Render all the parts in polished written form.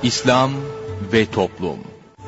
İslam ve Toplum.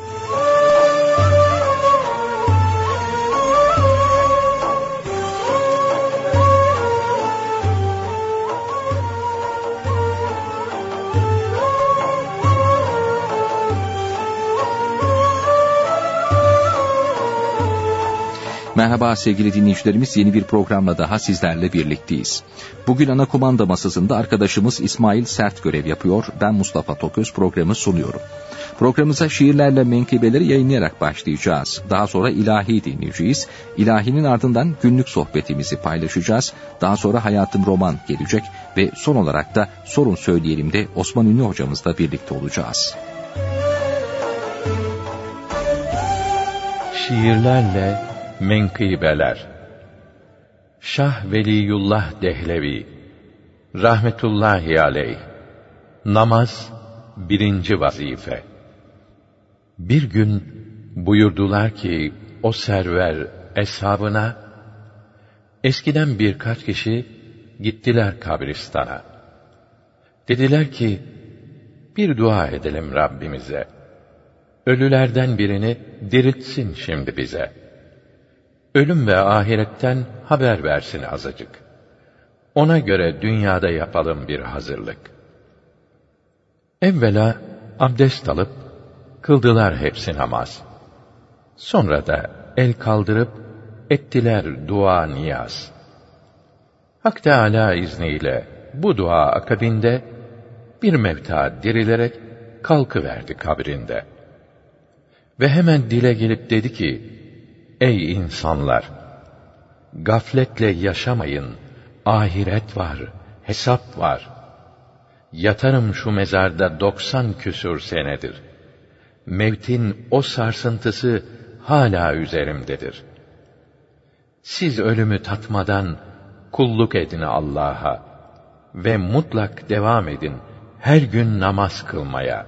Merhaba sevgili dinleyicilerimiz, yeni bir programla daha sizlerle birlikteyiz. Bugün ana kumanda masasında arkadaşımız İsmail Sert görev yapıyor. Ben Mustafa Toköz programı sunuyorum. Programımıza şiirlerle menkıbeleri yayınlayarak başlayacağız. Daha sonra ilahi dinleyeceğiz. İlahinin ardından günlük sohbetimizi paylaşacağız. Daha sonra Hayatım Roman gelecek ve son olarak da Sorun Söyleyelim de Osman Ünlü hocamızla birlikte olacağız. Şiirlerle menkıbeler. Şah Veliyullah Dehlevi rahmetullahi aleyh. Namaz 1. vazife. Bir gün buyurdular ki o server eshabına, eskiden birkaç kişi gittiler kabristana. Dediler ki, bir dua edelim Rabbimize. Ölülerden birini diriltsin şimdi bize. Ölüm ve ahiretten haber versin azıcık. Ona göre dünyada yapalım bir hazırlık. Evvela abdest alıp kıldılar hepsi namaz. Sonra da el kaldırıp ettiler dua niyaz. Hak Teâlâ izniyle bu dua akabinde bir mevta dirilerek kalkıverdi kabrinde. Ve hemen dile gelip dedi ki, ey insanlar! Gafletle yaşamayın, ahiret var, hesap var. Yatarım şu mezarda 90 küsur senedir. Mevtin o sarsıntısı hala üzerimdedir. Siz ölümü tatmadan kulluk edin Allah'a ve mutlak devam edin her gün namaz kılmaya.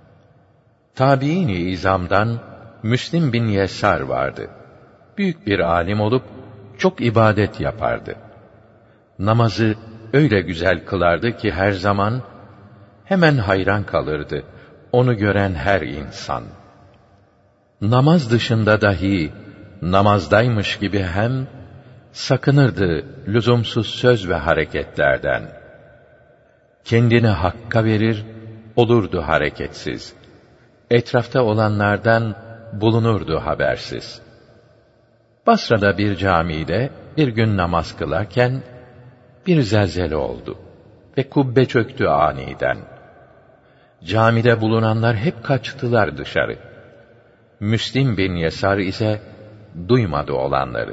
Tabiîn-i izamdan Müslim bin Yesar vardı. Büyük bir alim olup çok ibadet yapardı. Namazı öyle güzel kılardı ki her zaman hemen hayran kalırdı onu gören her insan. Namaz dışında dahi namazdaymış gibi hem sakınırdı lüzumsuz söz ve hareketlerden. Kendini hakka verir, olurdu hareketsiz. Etrafta olanlardan bulunurdu habersiz. Basra'da bir camide bir gün namaz kılarken bir zelzele oldu ve kubbe çöktü aniden. Camide bulunanlar hep kaçtılar dışarı. Müslim bin Yesar ise duymadı olanları.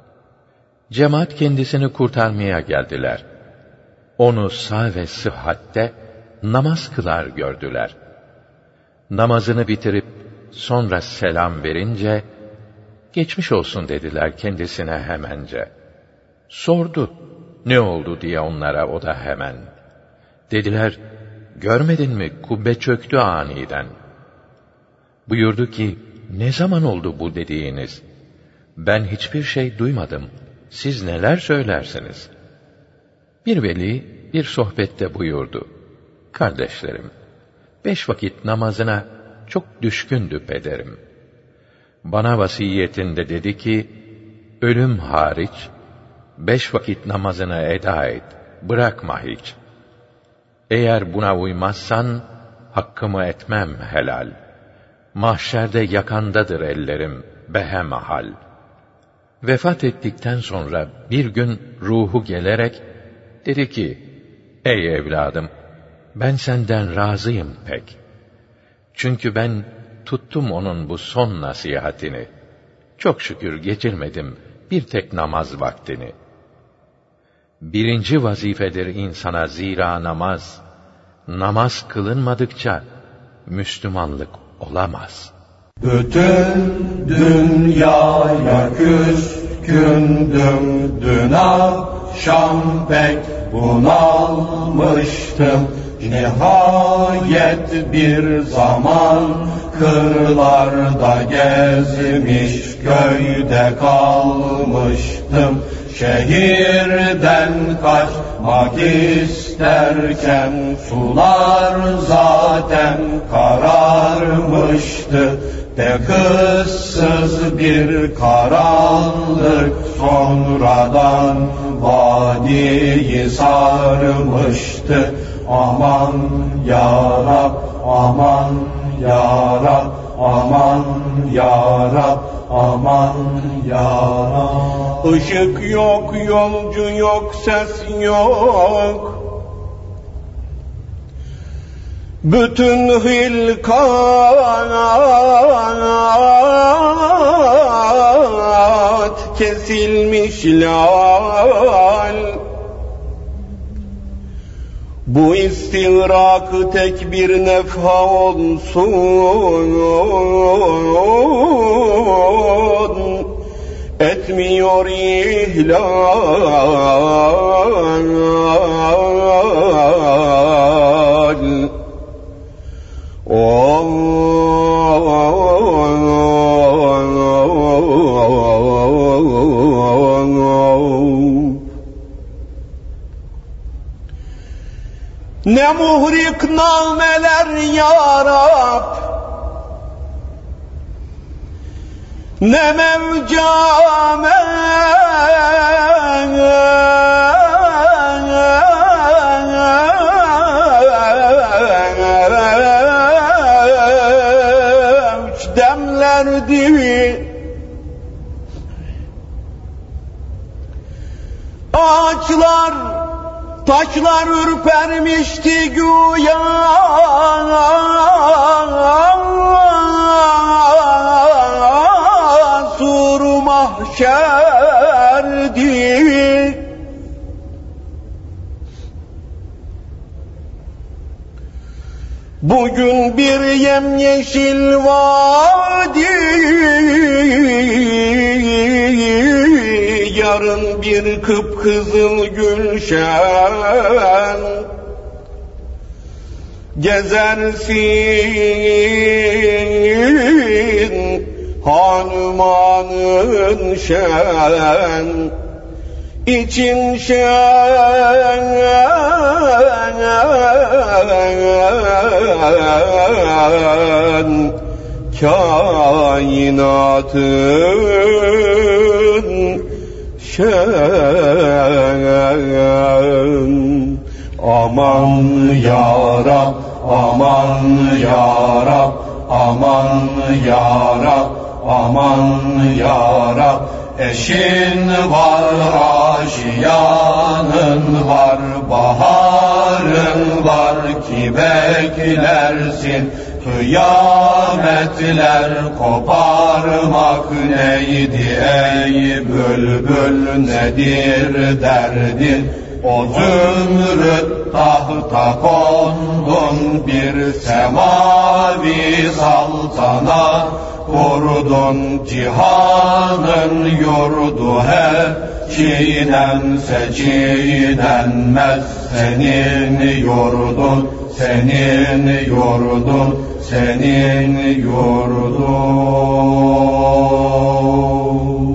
Cemaat kendisini kurtarmaya geldiler. Onu sağ ve sıhhatte namaz kılar gördüler. Namazını bitirip sonra selam verince, geçmiş olsun dediler kendisine hemence. Sordu, ne oldu diye onlara o da hemen. Dediler, görmedin mi kubbe çöktü aniden. Buyurdu ki, ne zaman oldu bu dediğiniz? Ben hiçbir şey duymadım, siz neler söylersiniz? Bir veli bir sohbette buyurdu. Kardeşlerim, 5 vakit namazına çok düşkündü pederim. Bana vasiyetinde dedi ki, ölüm hariç 5 vakit namazını eda et, bırakma hiç. Eğer buna uymazsan hakkımı etmem helal. Mahşerde yakandadır ellerim behemahal. Vefat ettikten sonra bir gün ruhu gelerek dedi ki, ey evladım, ben senden razıyım pek. Çünkü ben tuttum onun bu son nasihatini. Çok şükür geçirmedim bir tek namaz vaktini. 1. vazifedir insana zira namaz. Namaz kılınmadıkça Müslümanlık olamaz. Bütün dünyaya küskündüm, dün akşam pek bunalmıştım. Nihayet bir zaman kırlarda gezmiş, köyde kalmıştım. Şehirden kaçmak isterken sular zaten kararmıştı. De kızsız bir karanlık sonradan vadiyi sarmıştı. Aman yarab, aman yarab, aman yarab, aman yarab. Işık yok, yolcu yok, ses yok. Bütün hilkat kesilmiş lal. Bu istiğrak tek bir nefha olsun, etmiyor ihlal. Ne muhrik nameler ya Rab, ne mevcame demlerdi. Ağaçlar, taşlar ürpermişti güya, sur mahşerdi. Bugün bir yemyeşil vadi, yarın bir kıpkızıl gülşen. Gezersin hanımanın şen, için şen, kainatın şen. Aman yarab, aman yarab, aman yarab, aman yarab. Eşin var, aşiyanın var, baharın var ki beklersin. Kıyametler koparmak neydi ey bülbül, nedir derdin? O zümrüt tahta kondun, bir semavi saltanat kurdun. Cihanın yurdu hep çiğnense çiğnenmez senin yurdun, senin yurdun, senin yurdun.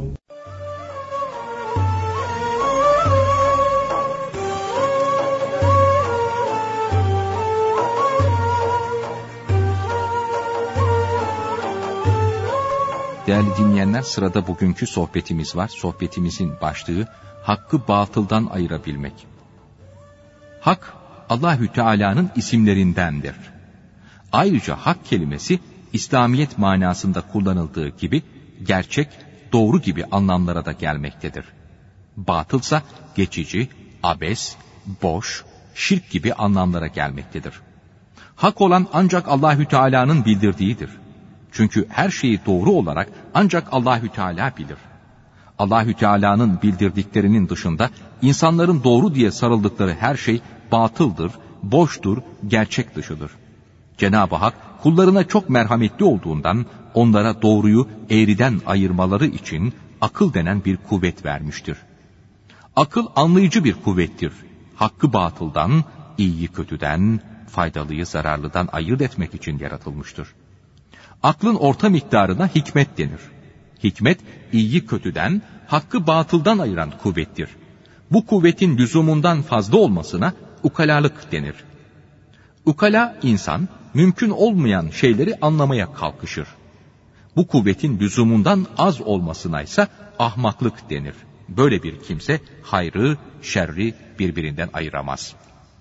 Değerli dinleyenler, sırada bugünkü sohbetimiz var. Sohbetimizin başlığı hakkı batıldan ayırabilmek. Hak, Allahü Teala'nın isimlerindendir. Ayrıca hak kelimesi İslamiyet manasında kullanıldığı gibi gerçek, doğru gibi anlamlara da gelmektedir. Batılsa geçici, abes, boş, şirk gibi anlamlara gelmektedir. Hak olan ancak Allahü Teala'nın bildirdiğidir. Çünkü her şeyi doğru olarak ancak Allahü Teala bilir. Allahü Teala'nın bildirdiklerinin dışında insanların doğru diye sarıldıkları her şey batıldır, boştur, gerçek dışıdır. Cenab-ı Hak kullarına çok merhametli olduğundan onlara doğruyu eğriden ayırmaları için akıl denen bir kuvvet vermiştir. Akıl anlayıcı bir kuvvettir. Hakkı batıldan, iyiyi kötüden, faydalıyı zararlıdan ayırt etmek için yaratılmıştır. Aklın orta miktarına hikmet denir. Hikmet, iyiyi kötüden, hakkı batıldan ayıran kuvvettir. Bu kuvvetin lüzumundan fazla olmasına ukalalık denir. Ukala insan, mümkün olmayan şeyleri anlamaya kalkışır. Bu kuvvetin lüzumundan az olmasına ise ahmaklık denir. Böyle bir kimse hayrı, şerri birbirinden ayıramaz.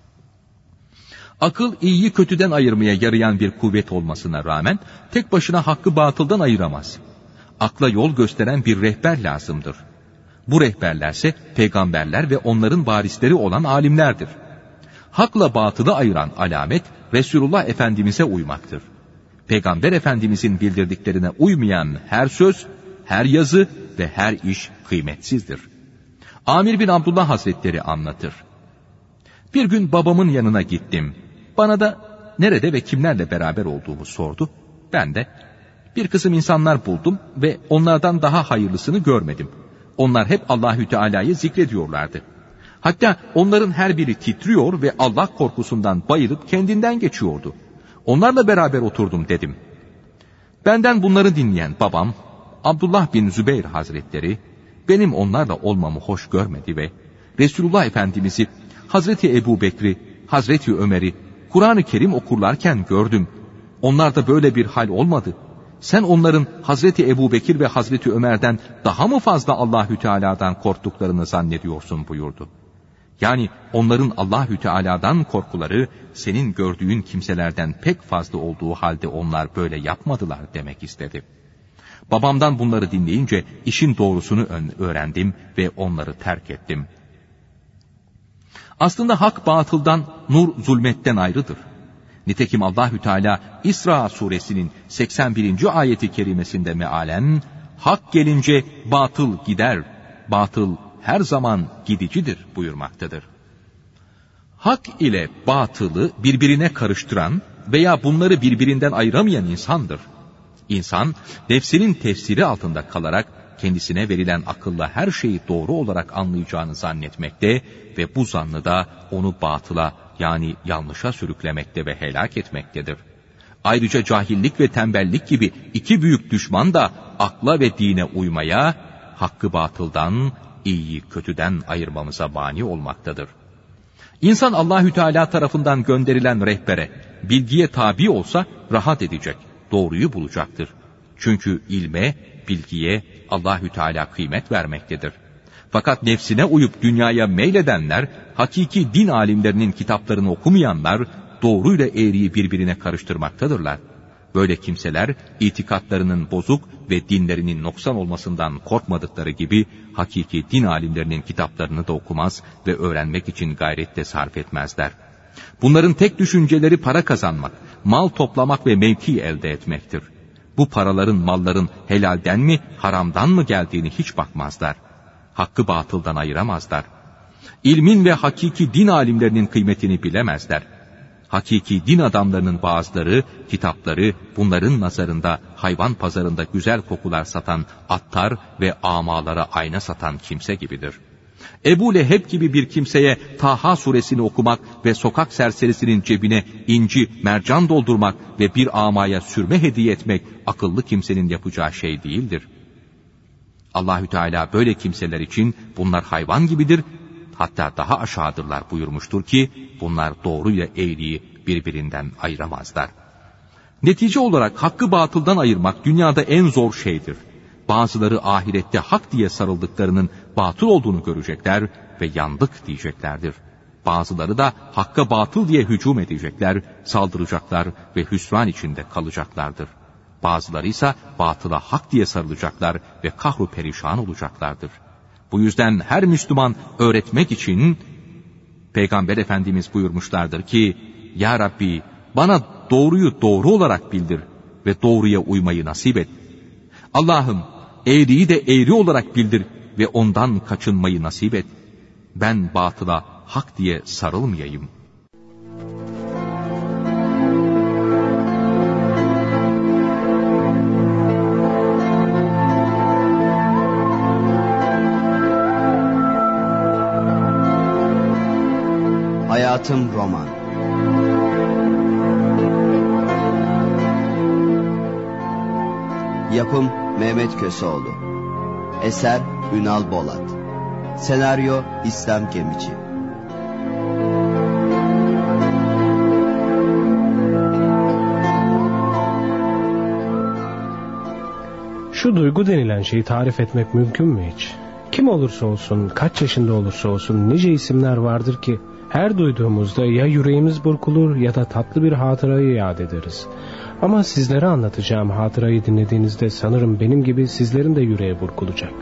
Akıl iyiyi kötüden ayırmaya yarayan bir kuvvet olmasına rağmen tek başına hakkı batıldan ayıramaz. Akla yol gösteren bir rehber lazımdır. Bu rehberlerse peygamberler ve onların varisleri olan alimlerdir. Hakla batılı ayıran alamet Resulullah Efendimiz'e uymaktır. Peygamber Efendimiz'in bildirdiklerine uymayan her söz, her yazı ve her iş kıymetsizdir. Amir bin Abdullah Hazretleri anlatır. Bir gün babamın yanına gittim. Bana da nerede ve kimlerle beraber olduğumu sordu. Ben de bir kısım insanlar buldum ve onlardan daha hayırlısını görmedim. Onlar hep Allahü Teala'yı zikrediyorlardı. Hatta onların her biri titriyor ve Allah korkusundan bayılıp kendinden geçiyordu. Onlarla beraber oturdum dedim. Benden bunları dinleyen babam, Abdullah bin Zübeyr Hazretleri, benim onlarla olmamı hoş görmedi ve Resulullah Efendimiz'i, Hazreti Ebu Bekri, Hazreti Ömer'i Kur'an-ı Kerim okurlarken gördüm. Onlarda böyle bir hal olmadı. Sen onların Hazreti Ebu Bekir ve Hazreti Ömer'den daha mı fazla Allahü Teala'dan korktuklarını zannediyorsun buyurdu. Yani onların Allahü Teala'dan korkuları senin gördüğün kimselerden pek fazla olduğu halde onlar böyle yapmadılar demek istedi. Babamdan bunları dinleyince işin doğrusunu öğrendim ve onları terk ettim. Aslında hak batıldan, nur zulmetten ayrıdır. Nitekim Allahü Teala İsra suresinin 81. ayeti kerimesinde mealen, hak gelince batıl gider, batıl her zaman gidicidir buyurmaktadır. Hak ile batılı birbirine karıştıran veya bunları birbirinden ayıramayan insandır. İnsan, nefsinin tefsiri altında kalarak kendisine verilen akılla her şeyi doğru olarak anlayacağını zannetmekte ve bu zannı da onu batıla yani yanlışa sürüklemekte ve helak etmektedir. Ayrıca cahillik ve tembellik gibi iki büyük düşman da akla ve dine uymaya, hakkı batıldan, iyiyi kötüden ayırmamıza mani olmaktadır. İnsan Allahü Teala tarafından gönderilen rehbere, bilgiye tabi olsa rahat edecek, doğruyu bulacaktır. Çünkü ilme, bilgiye Allahü Teala kıymet vermektedir. Fakat nefsine uyup dünyaya meyledenler, hakiki din alimlerinin kitaplarını okumayanlar, doğruyla eğriyi birbirine karıştırmaktadırlar. Böyle kimseler, itikatlarının bozuk ve dinlerinin noksan olmasından korkmadıkları gibi, hakiki din alimlerinin kitaplarını da okumaz ve öğrenmek için gayrette sarf etmezler. Bunların tek düşünceleri para kazanmak, mal toplamak ve mevki elde etmektir. Bu paraların, malların helalden mi, haramdan mı geldiğini hiç bakmazlar. Hakkı batıldan ayıramazlar. İlmin ve hakiki din alimlerinin kıymetini bilemezler. Hakiki din adamlarının bazıları, kitapları bunların nazarında hayvan pazarında güzel kokular satan attar ve amalara ayna satan kimse gibidir. Ebu Leheb gibi bir kimseye Taha suresini okumak ve sokak serserisinin cebine inci, mercan doldurmak ve bir amaya sürme hediye etmek akıllı kimsenin yapacağı şey değildir. Allahü Teala böyle kimseler için bunlar hayvan gibidir, hatta daha aşağıdırlar buyurmuştur ki bunlar doğruyla eğriyi birbirinden ayıramazlar. Netice olarak hakkı batıldan ayırmak dünyada en zor şeydir. Bazıları ahirette hak diye sarıldıklarının batıl olduğunu görecekler ve yandık diyeceklerdir. Bazıları da hakka batıl diye hücum edecekler, saldıracaklar ve hüsran içinde kalacaklardır. Bazıları ise batıla hak diye sarılacaklar ve kahru perişan olacaklardır. Bu yüzden her Müslüman öğretmek için Peygamber Efendimiz buyurmuşlardır ki, Ya Rabbi bana doğruyu doğru olarak bildir ve doğruya uymayı nasip et. Allah'ım eğriyi de eğri olarak bildir ve ondan kaçınmayı nasip et. Ben batıla hak diye sarılmayayım. Hayatım Roman. Yapım Mehmet Köseoğlu. Eser Ünal Bolat. Senaryo İslam Gemici. Şu duygu denilen şeyi tarif etmek mümkün mü hiç? Kim olursa olsun, kaç yaşında olursa olsun nice isimler vardır ki her duyduğumuzda ya yüreğimiz burkulur ya da tatlı bir hatırayı yad ederiz. Ama sizlere anlatacağım hatırayı dinlediğinizde sanırım benim gibi sizlerin de yüreği burkulacak.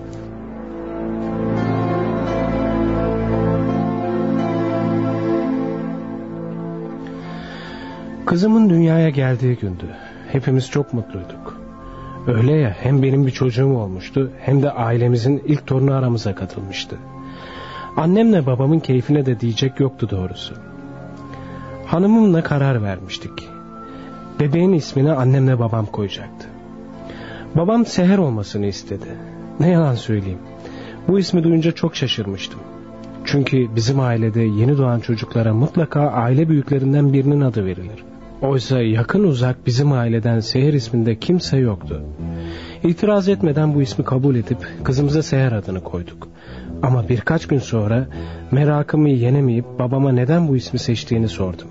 Kızımın dünyaya geldiği gündü. Hepimiz çok mutluyduk. Öyle ya, hem benim bir çocuğum olmuştu hem de ailemizin ilk torunu aramıza katılmıştı. Annemle babamın keyfine de diyecek yoktu doğrusu. Hanımımla karar vermiştik. Bebeğin ismini annemle babam koyacaktı. Babam Seher olmasını istedi. Ne yalan söyleyeyim, bu ismi duyunca çok şaşırmıştım. Çünkü bizim ailede yeni doğan çocuklara mutlaka aile büyüklerinden birinin adı verilir. Oysa yakın uzak bizim aileden Seher isminde kimse yoktu. İtiraz etmeden bu ismi kabul edip kızımıza Seher adını koyduk. Ama birkaç gün sonra merakımı yenemeyip babama neden bu ismi seçtiğini sordum.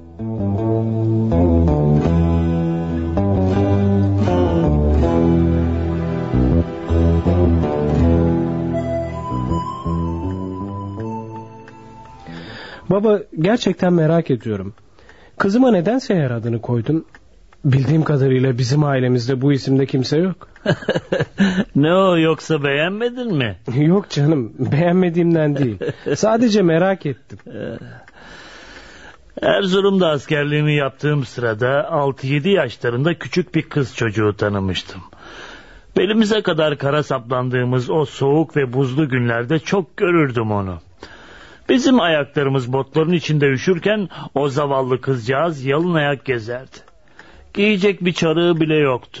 Baba, gerçekten merak ediyorum. Kızıma neden Seher adını koydun? Bildiğim kadarıyla bizim ailemizde bu isimde kimse yok. Ne o, yoksa beğenmedin mi? Yok canım, beğenmediğimden değil. Sadece merak ettim. Erzurum'da askerliğimi yaptığım sırada 6-7 yaşlarında küçük bir kız çocuğu tanımıştım. Belimize kadar kara saplandığımız o soğuk ve buzlu günlerde çok görürdüm onu. Bizim ayaklarımız botların içinde üşürken o zavallı kızcağız yalın ayak gezerdi. Giyecek bir çarığı bile yoktu.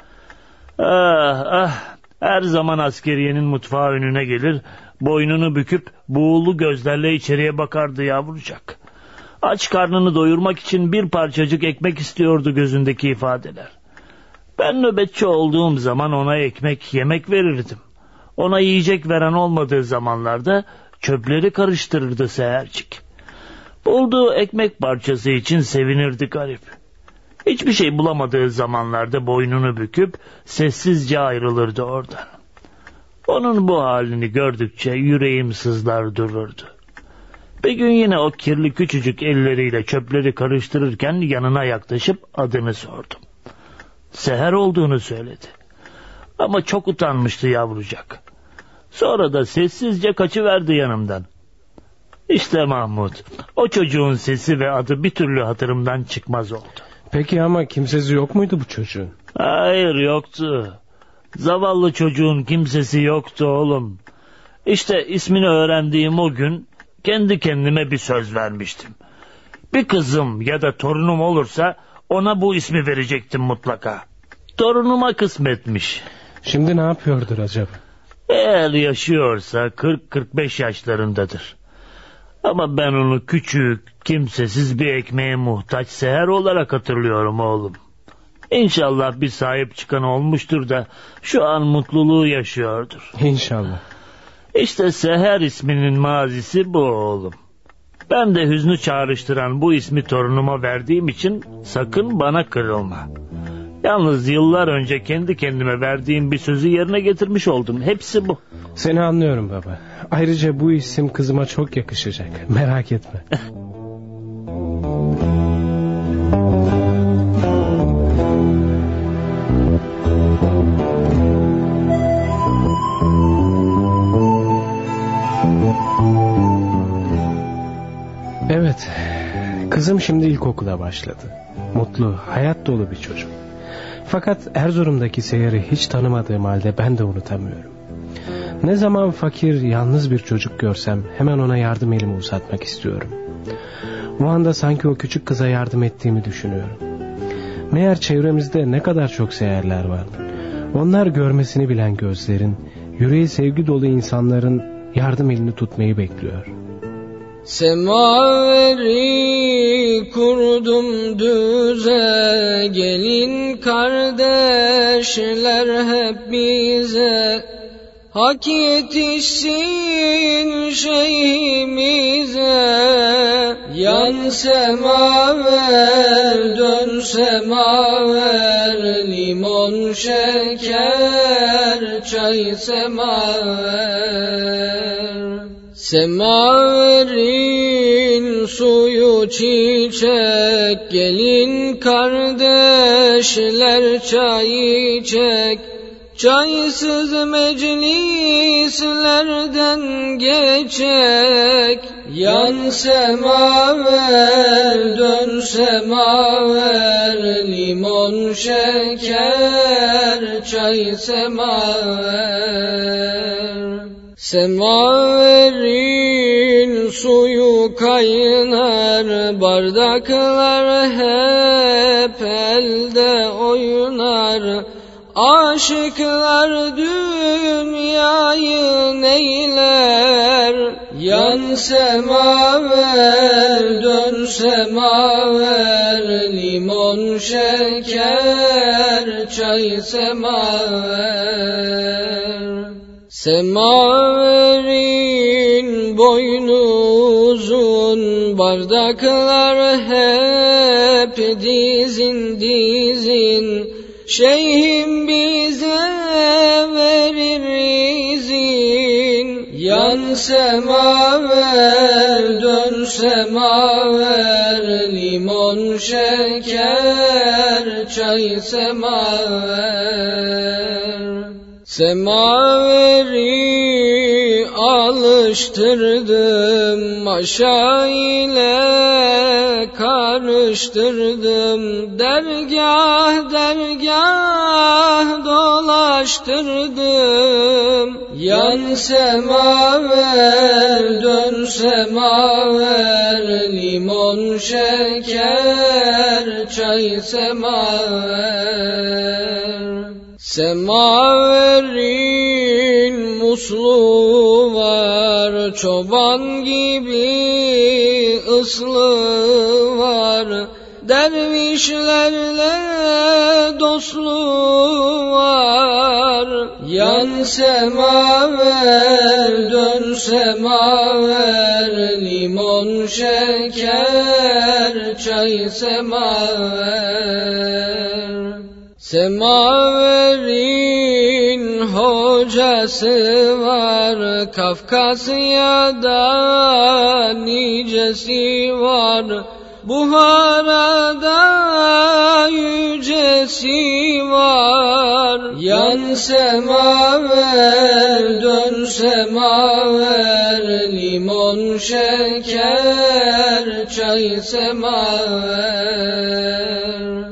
Her zaman askeriyenin mutfağı önüne gelir, boynunu büküp buğulu gözlerle içeriye bakardı yavrucak. Aç karnını doyurmak için bir parçacık ekmek istiyordu gözündeki ifadeler. Ben nöbetçi olduğum zaman ona ekmek, yemek verirdim. Ona yiyecek veren olmadığı zamanlarda çöpleri karıştırırdı Sehercik. Bulduğu ekmek parçası için sevinirdi garip. Hiçbir şey bulamadığı zamanlarda boynunu büküp sessizce ayrılırdı oradan. Onun bu halini gördükçe yüreğim sızlar dururdu. Bir gün yine o kirli küçücük elleriyle çöpleri karıştırırken yanına yaklaşıp adını sordum. Seher olduğunu söyledi. Ama çok utanmıştı yavrucak. Sonra da sessizce kaçıverdi yanımdan. İşte Mahmut, o çocuğun sesi ve adı bir türlü hatırımdan çıkmaz oldu. Peki ama kimsesi yok muydu bu çocuğun? Hayır, yoktu. Zavallı çocuğun kimsesi yoktu oğlum. İşte ismini öğrendiğim o gün kendi kendime bir söz vermiştim. Bir kızım ya da torunum olursa ona bu ismi verecektim mutlaka. Torunuma kısmetmiş. Şimdi ne yapıyordur acaba? Eğer yaşıyorsa 40-45 yaşlarındadır. Ama ben onu küçük, kimsesiz bir ekmeğe muhtaç Seher olarak hatırlıyorum oğlum. İnşallah bir sahip çıkan olmuştur da şu an mutluluğu yaşıyordur. İnşallah. İşte Seher isminin mazisi bu oğlum. Ben de hüznü çağrıştıran bu ismi torunuma verdiğim için sakın bana kırılma. Yalnız yıllar önce kendi kendime verdiğim bir sözü yerine getirmiş oldum. Hepsi bu. Seni anlıyorum baba. Ayrıca bu isim kızıma çok yakışacak. Merak etme. Evet. Kızım şimdi ilkokula başladı. Mutlu, hayat dolu bir çocuk. Fakat Erzurum'daki Seher'i hiç tanımadığım halde ben de unutamıyorum. Ne zaman fakir, yalnız bir çocuk görsem hemen ona yardım elimi uzatmak istiyorum. O anda sanki o küçük kıza yardım ettiğimi düşünüyorum. Meğer çevremizde ne kadar çok Seher'ler var. Onlar görmesini bilen gözlerin, yüreği sevgi dolu insanların yardım elini tutmayı bekliyor. Semaveri kurdum düze, gelin kardeşler hep bize. Hak yetişsin şeyhimize. Yan semaver, dön semaver, limon şeker, çay semaver. Semaverin suyu çiçek, gelin kardeşler çay içek. Çaysız meclislerden geçek. Yan semaver, dön semaver, limon şeker, çay semaver. Semaverin suyu kaynar, bardaklar hep elde oynar. Aşıklar dünyayı neyler? Yan semaver, dön semaver, limon şeker, çay semaver. Semaverin boynu uzun, bardaklar hep dizin dizin. Şeyhim bize verir izin. Yan semaver, dön semaver, limon şeker, çay semaver. Semaveri alıştırdım, maşa ile karıştırdım. Dergah dergah dolaştırdım. Yan semaver, dön semaver, limon şeker, çay semaver. Semaverin musluğu var, çoban gibi ıslığı var. Dervişlerle dostluğu var. Yan semaver, dön semaver, limon şeker, çay semaver. Semaverin hocası var, Kafkasya'da nicesi var. Buhara'da yücesi var. Yan semaver, dön semaver, limon şeker, çay semaver.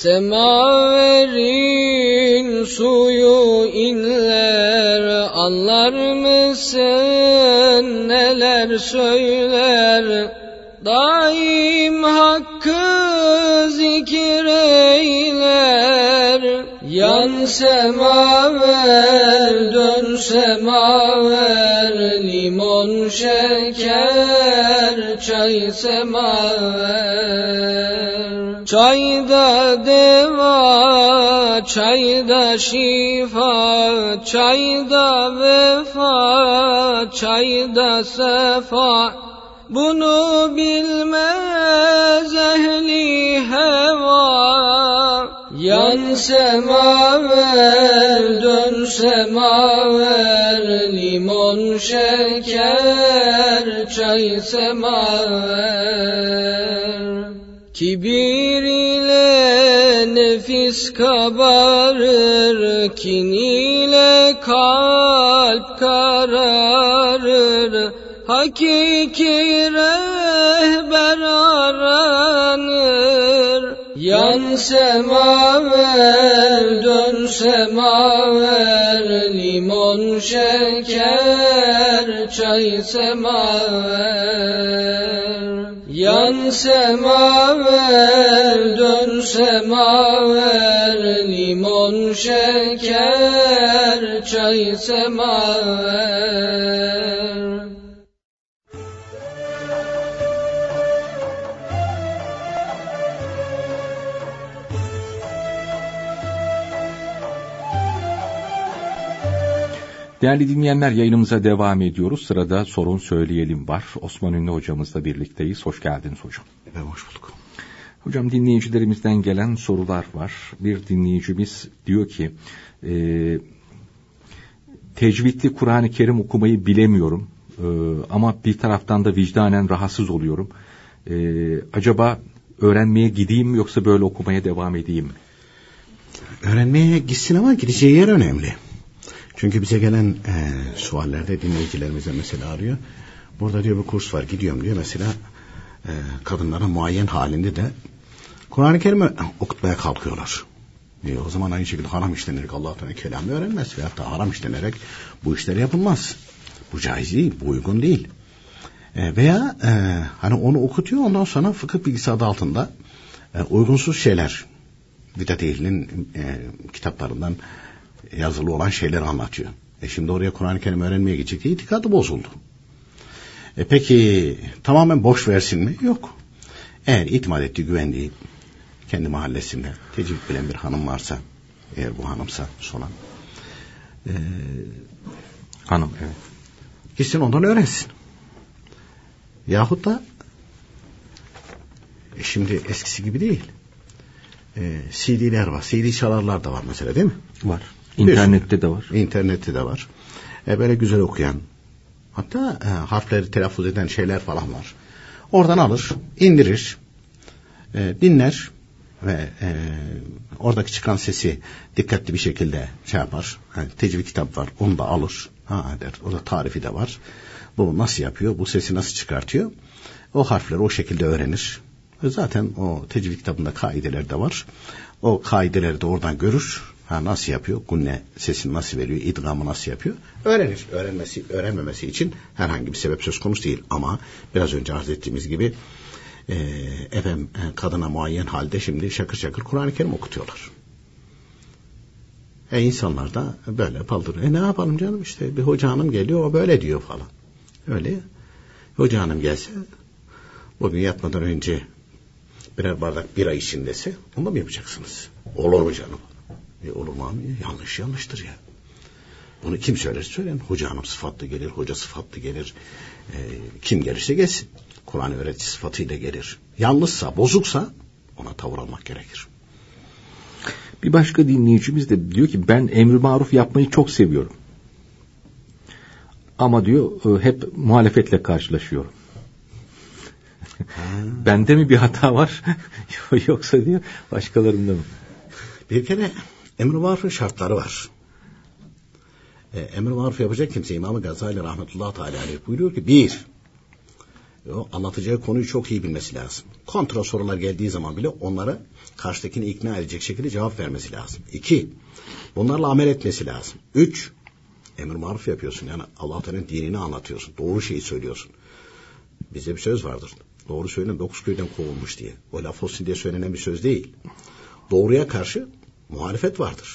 Semaverin suyu inler, anlar mısın neler söyler? Daim hakkı zikir eyler. Yan semaver, dön semaver, limon şeker, çay semaver. Çayda deva, çayda şifa, çayda vefa, çayda sefa. Bunu bilmez ehli heva. Yan semaver, dön semaver, limon şeker, çay semaver. Kibir ile nefis kabarır, kin ile kalp kararır. Hakiki rehber aranır. Yan semaver, dön semaver, limon şeker, çay semaver. Yan semaver, dön semaver, limon şeker, çay semaver. Değerli dinleyenler, yayınımıza devam ediyoruz. Sırada sorun söyleyelim var. Osman Ünlü hocamızla birlikteyiz. Hoş geldiniz hocam. Evet, hoş bulduk. Hocam, dinleyicilerimizden gelen sorular var. Bir dinleyicimiz diyor ki tecvidli Kur'an-ı Kerim okumayı bilemiyorum ama bir taraftan da vicdanen rahatsız oluyorum. Acaba öğrenmeye gideyim mi yoksa böyle okumaya devam edeyim mi? Öğrenmeye gitsin ama gideceği yer önemli. Çünkü bize gelen suallerde dinleyicilerimize mesela arıyor. Burada diyor bir kurs var, gidiyorum diyor. Mesela kadınlara muayyen halinde de Kur'an-ı Kerim'i okutmaya kalkıyorlar. O zaman aynı şekilde haram işlenerek Allah Teala kelamı öğrenmez. Veyahut da haram işlenerek bu işler yapılmaz. Bu caiz değil, bu uygun değil. Veya hani onu okutuyor, ondan sonra fıkıh bilgisi adı altında uygunsuz şeyler, bidat ehlinin kitaplarından yazılı olan şeyleri anlatıyor. Şimdi oraya Kur'an-ı Kerim öğrenmeye gidecek diye itikadı bozuldu. Peki tamamen boş versin mi? Yok. Eğer itimat ettiği, güvendiği kendi mahallesinde tecvid bilen bir hanım varsa, eğer bu hanımsa soran hanım, evet, gitsin ondan öğrensin. Yahut da şimdi eskisi gibi değil. CD'ler var. CD çalarlar da var mesela, değil mi? Var. İnternette de var. İnternette de var. Böyle güzel okuyan, hatta harfleri telaffuz eden şeyler falan var. Oradan alır, indirir, dinler ve oradaki çıkan sesi dikkatli bir şekilde şey yapar. Yani tecvid kitap var, onu da alır. Der. Orada tarifi de var. Bu nasıl yapıyor, bu sesi nasıl çıkartıyor? O harfleri o şekilde öğrenir. Zaten o tecvid kitabında kaideler de var. O kaideleri de oradan görür. Nasıl yapıyor? Gunne sesini nasıl veriyor? İdgamı nasıl yapıyor? Öğrenir. Öğrenmemesi için herhangi bir sebep söz konusu değil. Ama biraz önce arz ettiğimiz gibi kadına muayyen halde şimdi şakır şakır Kur'an-ı Kerim okutuyorlar. İnsanlar da böyle baldırıyor. Ne yapalım canım, işte bir hoca hanım geliyor, o böyle diyor falan. Öyle. Hoca hanım gelse bugün yatmadan önce birer bardak bira için dese, onu da mı yapacaksınız? Olur mu canım? Olur mu abi? Yanlıştır ya. Bunu kim söyler söyleyin. Hoca hanım sıfatlı gelir, hoca sıfatlı gelir. Kim gelirse gelsin. Kur'an öğretici sıfatıyla gelir. Yanlışsa, bozuksa ona tavır almak gerekir. Bir başka dinleyicimiz de diyor ki ben emri maruf yapmayı çok seviyorum. Ama diyor hep muhalefetle karşılaşıyorum. Bende mi bir hata var yoksa diyor başkalarında mı? Bir kere emri marufun şartları var. Emri maruf yapacak kimse İmam-ı Gazali rahmetullahi teala aleyh buyuruyor ki bir, o anlatacağı konuyu çok iyi bilmesi lazım. Kontra sorular geldiği zaman bile onlara karşıdakini ikna edecek şekilde cevap vermesi lazım. 2, bunlarla amel etmesi lazım. 3, emir maruf yapıyorsun, yani Allah Teala'nın dinini anlatıyorsun. Doğru şeyi söylüyorsun. Bizde bir söz vardır. Doğru söyleyen 9 köyden kovulmuş diye. O laf olsun diye söylenen bir söz değil. Doğruya karşı muhalefet vardır.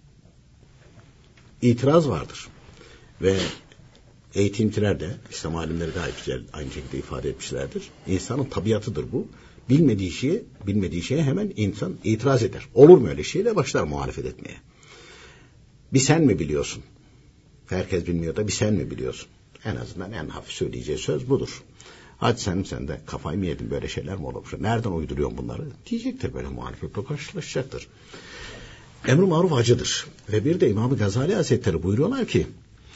İtiraz vardır. Ve eğitimciler de, İslam alimleri de aynı şekilde ifade etmişlerdir. İnsanın tabiatıdır bu. Bilmediği şeye hemen insan itiraz eder. Olur mu öyle şeyle başlar muhalefet etmeye. Bir sen mi biliyorsun? Herkes bilmiyor da bir sen mi biliyorsun? En azından en hafif söyleyeceği söz budur. Hadi sen de kafayı mı yedin, böyle şeyler mi olur? Nereden uyduruyorsun bunları? Diyecektir, böyle muhalefetle karşılaşacaktır. Emr-i maruf acıdır. Ve bir de İmam-ı Gazali Hazretleri buyuruyorlar ki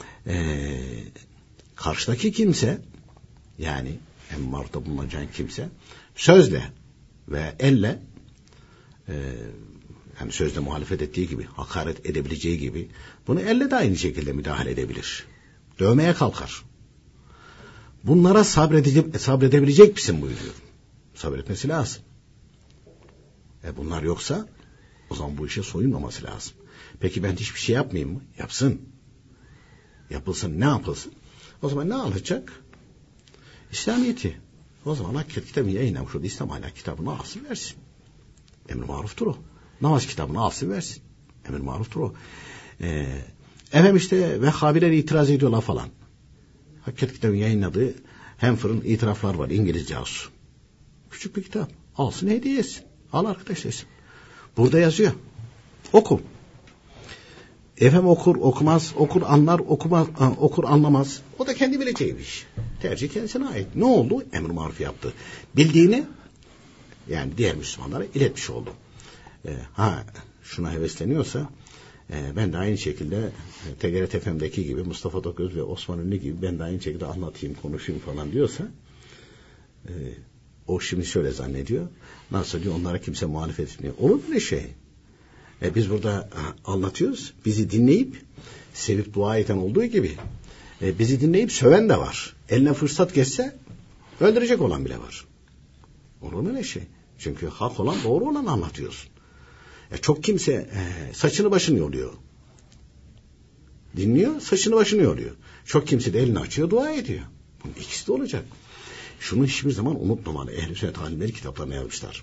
karşıdaki kimse, yani emr-i marufta bulunacak kimse sözle ve elle yani sözle muhalefet ettiği gibi, hakaret edebileceği gibi bunu elle de aynı şekilde müdahale edebilir. Dövmeye kalkar. Bunlara sabredebilecek misin buyuruyor. Sabretmesi lazım. Bunlar yoksa o zaman bu işe soyunmaması lazım. Peki ben hiçbir şey yapmayayım mı? Yapsın. Yapılsın, ne yapılsın? O zaman ne alacak? İslamiyeti. O zaman Hakikat kitabını yayınlamış olduğu İslam Ahlak kitabını alsın versin. Emr-i maruftur o. Namaz kitabını alsın versin. Emr-i maruftur o. İşte Vehhabiler itiraz ediyorlar falan. Hakikat kitabını yayınladığı Hemfır'ın itiraflar var, İngilizce olsun. Küçük bir kitap. Alsın, hediye etsin. Al arkadaş desin. Burada yazıyor. Oku. Efendim okur okumaz, okur anlar, okumaz, okur anlamaz. O da kendi bileceği bir iş. Tercih kendisine ait. Ne oldu? Emr-i maruf yaptı. Bildiğini yani diğer Müslümanlara iletmiş oldu. Şuna hevesleniyorsa ben de aynı şekilde TGRT FM'deki gibi Mustafa Toköz ve Osman Ünlü gibi ben de aynı şekilde anlatayım, konuşayım falan diyorsa o şimdi şöyle zannediyor. Nasıl diyor, onlara kimse muhalefet etmiyor. Olur böyle şey. Biz burada anlatıyoruz. Bizi dinleyip sevip dua eden olduğu gibi bizi dinleyip söven de var. Eline fırsat geçse öldürecek olan bile var. Olur mu öyle şey? Çünkü hak olan, doğru olan anlatıyorsun. Çok kimse saçını başını yoluyor. Dinliyor, saçını başını yoluyor. Çok kimse de elini açıyor, dua ediyor. Bunun ikisi de olacak. Şunu hiçbir zaman unutmamalı. Ehl-i Sünnet alimleri kitaplarına yazmışlar.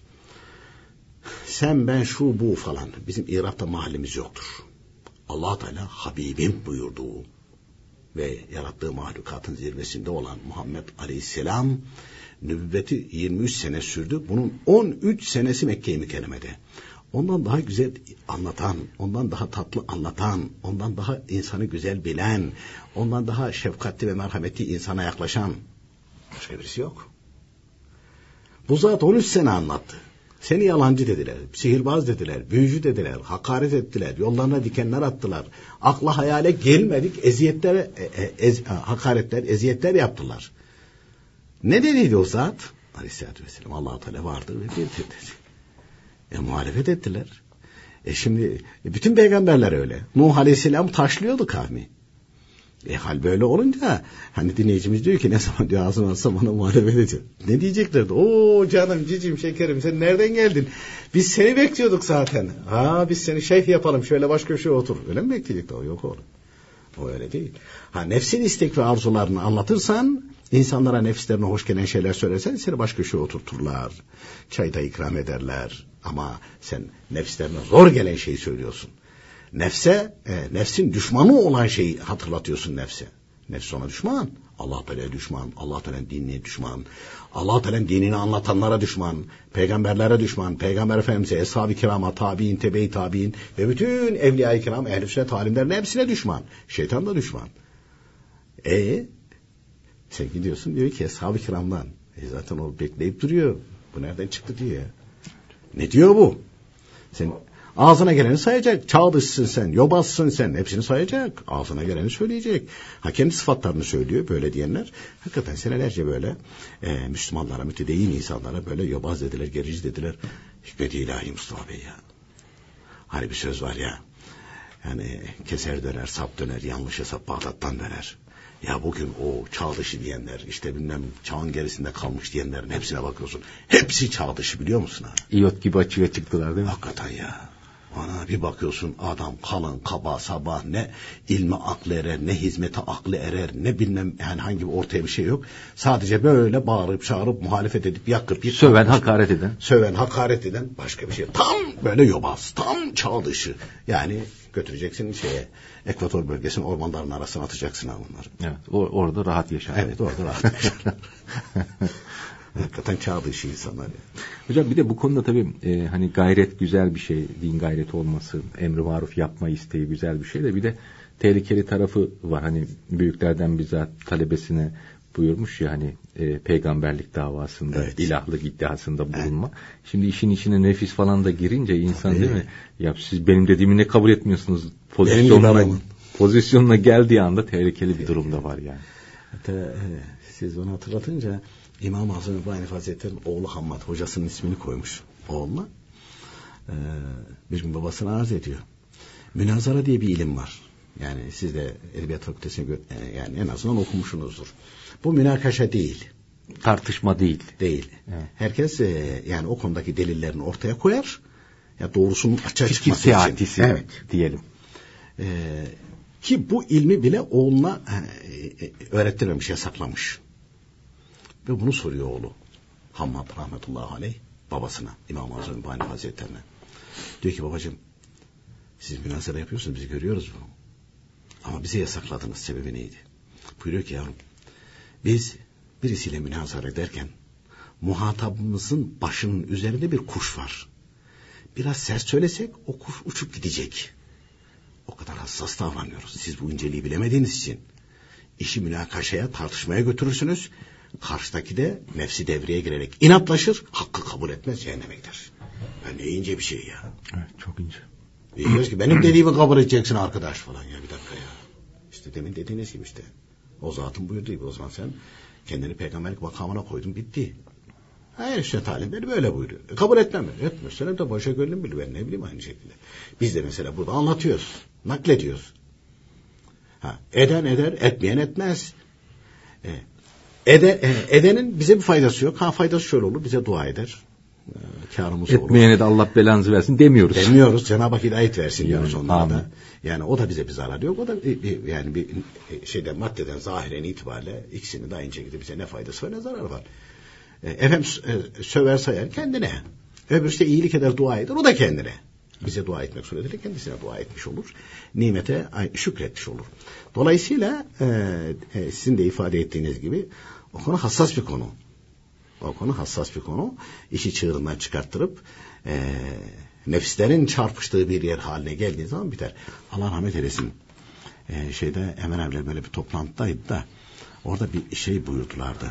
Sen, ben, şu, bu falan. Bizim İrab'da mahallimiz yoktur. Allah Teala Habibim buyurduğu ve yarattığı mahlukatın zirvesinde olan Muhammed Aleyhisselam nübüvveti 23 sene sürdü. Bunun 13 senesi Mekke-i Mükerreme'de. Ondan daha güzel anlatan, ondan daha tatlı anlatan, ondan daha insanı güzel bilen, ondan daha şefkatli ve merhametli insana yaklaşan başka birisi yok. Bu zat 13 sene anlattı. Seni yalancı dediler, sihirbaz dediler, büyücü dediler, hakaret ettiler, yollarına dikenler attılar. Akla hayale gelmedik eziyetler, hakaretler, eziyetler yaptılar. Ne dediydi o zat? Aleyhisselatü Vesselam, Allah-u Teala vardır ve birdir dedi. Muhalefet ettiler. Şimdi bütün peygamberler öyle. Nuh Aleyhisselam taşlıyordu kavmi. Hal böyle olunca hani dinleyicimiz diyor ki ne zaman diyor ağzını alsa bana muhalefet ediyor. Ne diyeceklerdi? Oo canım, cicim, şekerim, sen nereden geldin? Biz seni bekliyorduk zaten. Biz seni şeyh yapalım, şöyle baş köşeye otur. Öyle mi bekleyecekler? Yok oğlum. O öyle değil. Nefsin istek ve arzularını anlatırsan, insanlara nefislerine hoş gelen şeyler söylersen seni baş köşeye oturturlar. Çay da ikram ederler. Ama sen nefislerine zor gelen şeyi söylüyorsun. Nefsin düşmanı olan şeyi hatırlatıyorsun nefse. Nefs ona düşman. Allah Teala'ya düşman. Allah Teala'nın dinine düşman. Allah Teala'nın dinini anlatanlara düşman. Peygamberlere düşman. Peygamber Efendimiz'e, Eshab-ı Kirama, tabi'in, tebe-i tabi'in ve bütün evliya-i kiram, ehl-i sünnet alimlerin hepsine düşman. Şeytan da düşman. Sen gidiyorsun diyor ki Eshab-ı Kiram'dan. Zaten o bekleyip duruyor. Bu nereden çıktı diyor. Ne diyor bu? Sen ağzına geleni sayacak. Çağ dışısın sen, yobazsın sen. Hepsini sayacak. Ağzına geleni söyleyecek. Kendi sıfatlarını söylüyor böyle diyenler. Hakikaten senelerce böyle Müslümanlara, mütedeyyin insanlara böyle yobaz dediler, gerici dediler. Hikmet-i ilahi Mustafa Bey ya. Hani bir söz var ya. Yani keser döner, sap döner, yanlış hesap Bağdat'tan döner. Ya bugün o çağ dışı diyenler, işte bilmem çağın gerisinde kalmış diyenlerin hepsine bakıyorsun. Hepsi çağ dışı, biliyor musun ha? İyot gibi açığa çıktılar değil mi? Hakikaten ya. Bana bir bakıyorsun adam kalın, kaba, sabah, ne ilmi aklı erer, ne hizmete aklı erer, ne bilmem yani hangi ortaya bir şey yok. Sadece böyle bağırıp çağırıp muhalefet edip yakıp söven, hakaret eden. Söven, hakaret eden başka bir şey. Tam böyle yobaz, tam çağ dışı. Yani götüreceksin Ekvator bölgesinin ormanlarının arasına atacaksın onları. Evet, orada rahat yaşar. Evet, orada rahat yaşar. Hakikaten çağ dışı insanlar. Yani. Hocam bir de bu konuda tabii hani gayret güzel bir şey, din gayreti olması, emri maruf yapma isteği güzel bir şey de bir de tehlikeli tarafı var. Hani büyüklerden bizzat talebesine buyurmuş ya hani peygamberlik davasında, evet, ilahlık iddiasında bulunma. Evet. Şimdi işin içine nefis falan da girince insan değil mi? Ya siz benim dediğimi ne kabul etmiyorsunuz? Pozisyonuna geldiği anda tehlikeli bir durumda var yani. Hatta siz onu hatırlatınca İmam-ı Azam Ebu Hanife Hazretleri'nin oğlu Hammad hocasının ismini koymuş oğluna. Bir gün babasına arz ediyor. Münazara diye bir ilim var. Yani siz de Edebiyat Fakültesi'ne yani en azından okumuşsunuzdur. Bu münakaşa değil. Tartışma değil. Değil. Evet. Herkes yani o konudaki delillerini ortaya koyar. Ya doğrusunun açığa çıkması için. Fikir seyahatisi evet, diyelim. Ki bu ilmi bile oğluna öğrettirmemiş, yasaklamış. Ve bunu soruyor oğlu Hammad rahmetullahi aleyh babasına, İmam-ı Azam Ebu Hanife Hazretleri'ne. Diyor ki babacığım siz münazara yapıyorsunuz, biz görüyoruz bunu. Ama bize yasakladınız, sebebi neydi? Buyuruyor ki yavrum biz birisiyle münazara ederken muhatabımızın başının üzerinde bir kuş var. Biraz sert söylesek o kuş uçup gidecek. o kadar hassas davranıyoruz. Siz bu inceliği bilemediğiniz için işi münakaşaya, tartışmaya götürürsünüz. Karşıdaki de nefsi devreye girerek inatlaşır, hakkı kabul etmez, cehenneme gider. Ne ince bir şey ya. Evet, çok ince. Diyoruz ki benim dediğimi kabul edeceksin arkadaş falan ya, bir dakika ya. İşte demin dediğiniz gibi işte. O zatın buyurduğu gibi, o zaman sen kendini peygamberlik makamına koydun, bitti. Hayır işte talim beni böyle buyuruyor. Kabul etmem mi? Etmezsen de başa gönlüm bilir, ben ne bileyim aynı şekilde. Biz de mesela burada anlatıyoruz, naklediyoruz. Eden eder, etmeyen etmez. Edenin bize bir faydası yok. Faydası şöyle olur, bize dua eder. Kârımız olur. Etmeyene de Allah belanızı versin demiyoruz. Demiyoruz. Cenab-ı Hak hidayet versin diyoruz yani, onlara da. Yani o da bize bir zarar yok. O da yani bir şeyden, maddeden zahiren itibariyle ikisinin de aynı şekilde bize ne faydası var ne zararı var. Efendim söver sayar kendine. Öbürü de iyilik eder, dua eder, o da kendine. Bize dua etmek suretiyle kendisine dua etmiş olur. Nimete şükretmiş olur. Dolayısıyla sizin de ifade ettiğiniz gibi o konu hassas bir konu. O konu hassas bir konu. İşi çığırından çıkarttırıp nefislerin çarpıştığı bir yer haline geldiği zaman biter. Allah rahmet eylesin. Hemen evvel böyle bir toplantıdaydı da orada bir şey buyurdulardı.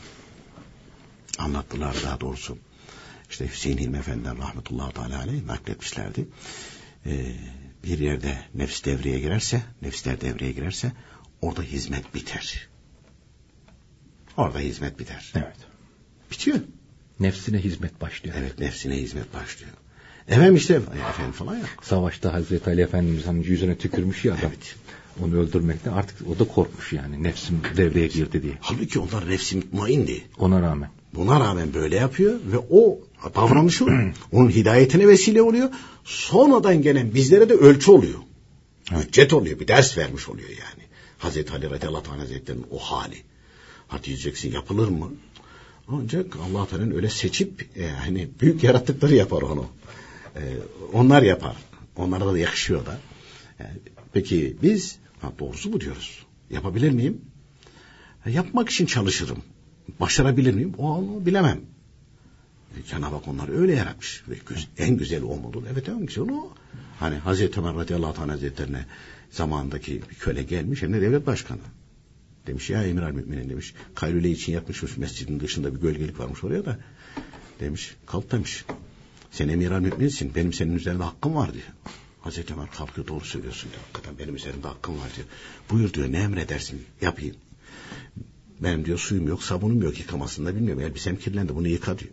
Anlattılar daha doğrusu. İşte Hüseyin Hilmi Efendi'den rahmetullahi teala aleyh nakletmişlerdi. Bir yerde nefsler devreye girerse orada hizmet biter. Orada hizmet biter. Evet. Bitiyor. Nefsine hizmet başlıyor. Evet, nefsine hizmet başlıyor. Efendim işte efendim falan ya. Savaşta Hazreti Ali Efendimiz hani yüzüne tükürmüş ya adam. Evet. Onu öldürmekten artık o da korkmuş yani. Nefsim devreye girdi diye. Halbuki onlar nefsi mutmaindi. Ona rağmen. Buna rağmen böyle yapıyor ve o davranışı onun hidayetine vesile oluyor. Sonradan gelen bizlere de ölçü oluyor. Hüccet oluyor. Bir ders vermiş oluyor yani. Hazreti Ali radıyallahu anh hazretlerinin o hali. Hadi diyeceksin, yapılır mı? Ancak Allah Teala'nın öyle seçip hani büyük yarattıkları yapar onu. Onlar yapar. Onlara da yakışıyor da. Peki biz doğrusu bu diyoruz. Yapabilir miyim? Yapmak için çalışırım. Başarabilir miyim? Onu bilemem. Cenab-ı Hak onları öyle yaratmış. En güzel o mudur? Evet, en güzel o. Hani Hazreti Ömer radıyallahu anh hazretlerine zamanındaki bir köle gelmiş, hem de devlet başkanı. Demiş ya Emir al-Müminin demiş. Kaylule için yapmışmış, mescidin dışında bir gölgelik varmış oraya da. Demiş, kalk demiş. Sen Emir al-Müminsin, benim senin üzerinde hakkım var diyor. Hazreti Ömer kalkıyor, doğru söylüyorsun diyor. Hakikaten benim üzerimde hakkım var diyor. Buyur diyor, ne emredersin, yapayım. Benim diyor suyum yok, sabunum yok, yıkamasını da bilmiyorum. Elbisem kirlendi, bunu yıka diyor.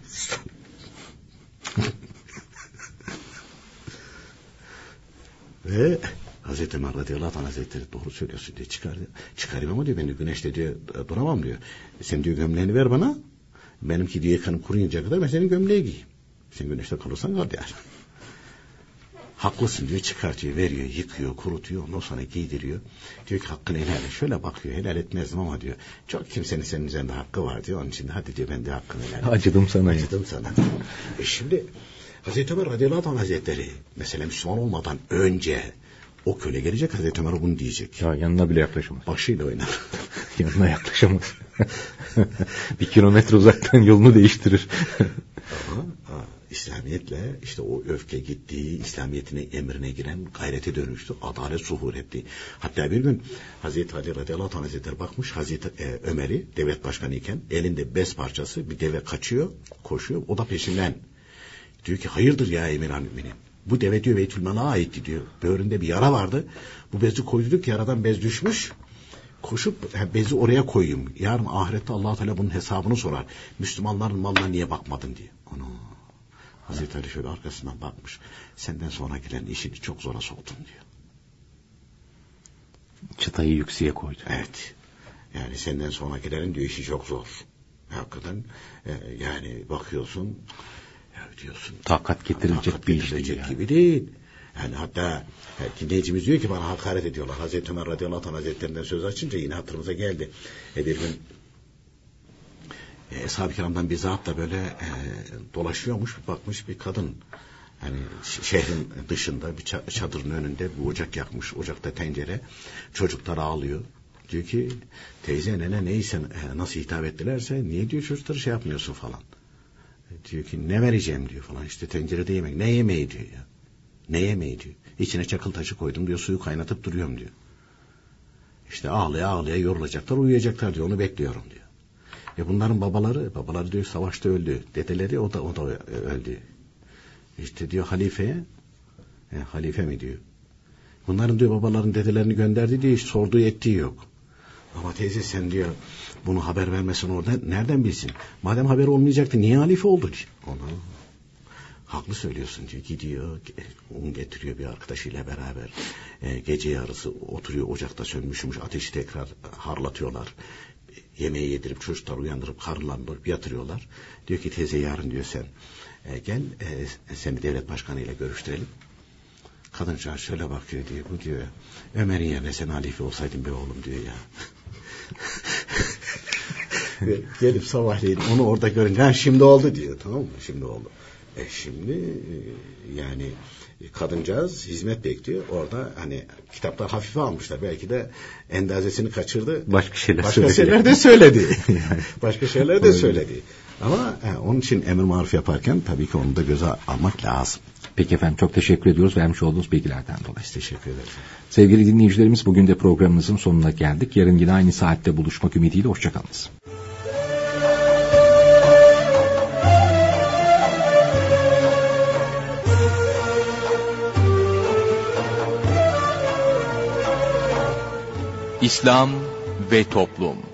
Ve Hazreti Ömer radıyallahu anh hazretleri doğru söylüyorsun diye çıkarayım ama diyor, ben de güneşte diyor duramam diyor. Sen diyor gömleğini ver bana, benimki diyor yıkanıp kuruyuncaya kadar ben senin gömleği giyeyim. Sen güneşte kalırsan kal yani. Haklısın diyor, çıkartıyor, veriyor, yıkıyor, kurutuyor, ondan sonra giydiriyor. Diyor ki hakkını helal et. Şöyle bakıyor, helal etmezdim ama diyor, çok kimsenin senin üzerinde hakkı var diyor. Onun için hadi diyor, ben de hakkını helal et. Acıdım sana. Acıdım sana. Şimdi Hazreti Ömer radıyallahu anh hazretleri mesela Müslüman olmadan önce o köle gelecek, Hazreti Ömer bunu diyecek. Ya yanına bile yaklaşamaz. Başıyla oynar. Yanına yaklaşamaz. 1 kilometre uzaktan yolunu değiştirir. Ama İslamiyetle işte o öfke gittiği, İslamiyetine emrine giren gayrete dönüştü. Adalet zuhur etti. Hatta bir gün Hazreti Ali radıyallahu anh hazretleri bakmış Hazreti Ömer'i devlet başkanı iken elinde bez parçası, bir deve kaçıyor, koşuyor. O da peşinden. Diyor ki hayırdır ya Emir-i-Müminin? Bu deve diyor Beytülmal'a aitti diyor. Böğründe bir yara vardı. Bu bezi koyduk, yaradan bez düşmüş. Koşup bezi oraya koyayım. Yarın ahirette Allah Teala bunun hesabını sorar. Müslümanların malına niye bakmadın diye. Onu Hazreti Ali şöyle arkasından bakmış. Senden sonra gelen işini çok zora soktun diyor. Çıtayı yükseğe koydu. Evet. Yani senden sonra gelenin diyor işi çok zor. Hakikaten yani bakıyorsun diyorsun. Takat getirilecek bir iş değil gibi değil. Yani hatta dinleyicimiz diyor ki bana hakaret ediyorlar. Hazreti Ömer radıyallahu anh hazretlerinden söz açınca yine hatırımıza geldi. Bir gün Eshab-ı Kiram'dan bir zat da böyle dolaşıyormuş, bakmış bir kadın. Yani şehrin dışında bir çadırın önünde bir ocak yakmış. Ocakta tencere. Çocuklar ağlıyor. Diyor ki teyze nene neyse nasıl hitap ettilerse niye diyor çocukları şey yapmıyorsun falan. Diyor ki ne vereceğim diyor falan, işte tencerede yemek. Ne yemeği diyor ya. Ne yemeği diyor. İçine çakıl taşı koydum diyor, suyu kaynatıp duruyorum diyor. İşte ağlaya ağlaya yorulacaklar, uyuyacaklar diyor, onu bekliyorum diyor. Bunların babaları diyor savaşta öldü. Dedeleri o da öldü. İşte diyor halifeye, halife mi diyor. Bunların diyor babaların dedelerini gönderdi diye hiç sorduğu ettiği yok. Ama teyze sen diyor bunu haber vermesin orada nereden bilsin? Madem haber olmayacaktı niye halife oldu diyor. Ona haklı söylüyorsun diyor. Gidiyor un getiriyor bir arkadaşıyla beraber. Gece yarısı oturuyor ocakta sönmüşmüş ateşi tekrar harlatıyorlar. Yemeği yedirip çocuklar uyandırıp karınlarını yatırıyorlar. Diyor ki teyze yarın diyor sen gel seni devlet başkanıyla görüştürelim. Kadıncağız şöyle bakıyor diyor. Bu diyor Ömer'in yerine sen halife olsaydın be oğlum diyor ya. Ve gelip sabahleyin onu orada görünce şimdi oldu diyor, tamam mı? Şimdi oldu. Şimdi yani kadıncağız hizmet bekliyor. Orada hani kitaplar hafife almışlar. Belki de endazesini kaçırdı. Başka şeyler de söyledi. Başka şeyler de söyledi. Ama onun için emir maruf yaparken tabii ki onu da göze almak lazım. Peki efendim, çok teşekkür ediyoruz vermiş olduğunuz bilgilerden dolayı. Teşekkür ederim. Sevgili dinleyicilerimiz, bugün de programımızın sonuna geldik. Yarın yine aynı saatte buluşmak ümidiyle hoşçakalınız. İslam ve Toplum.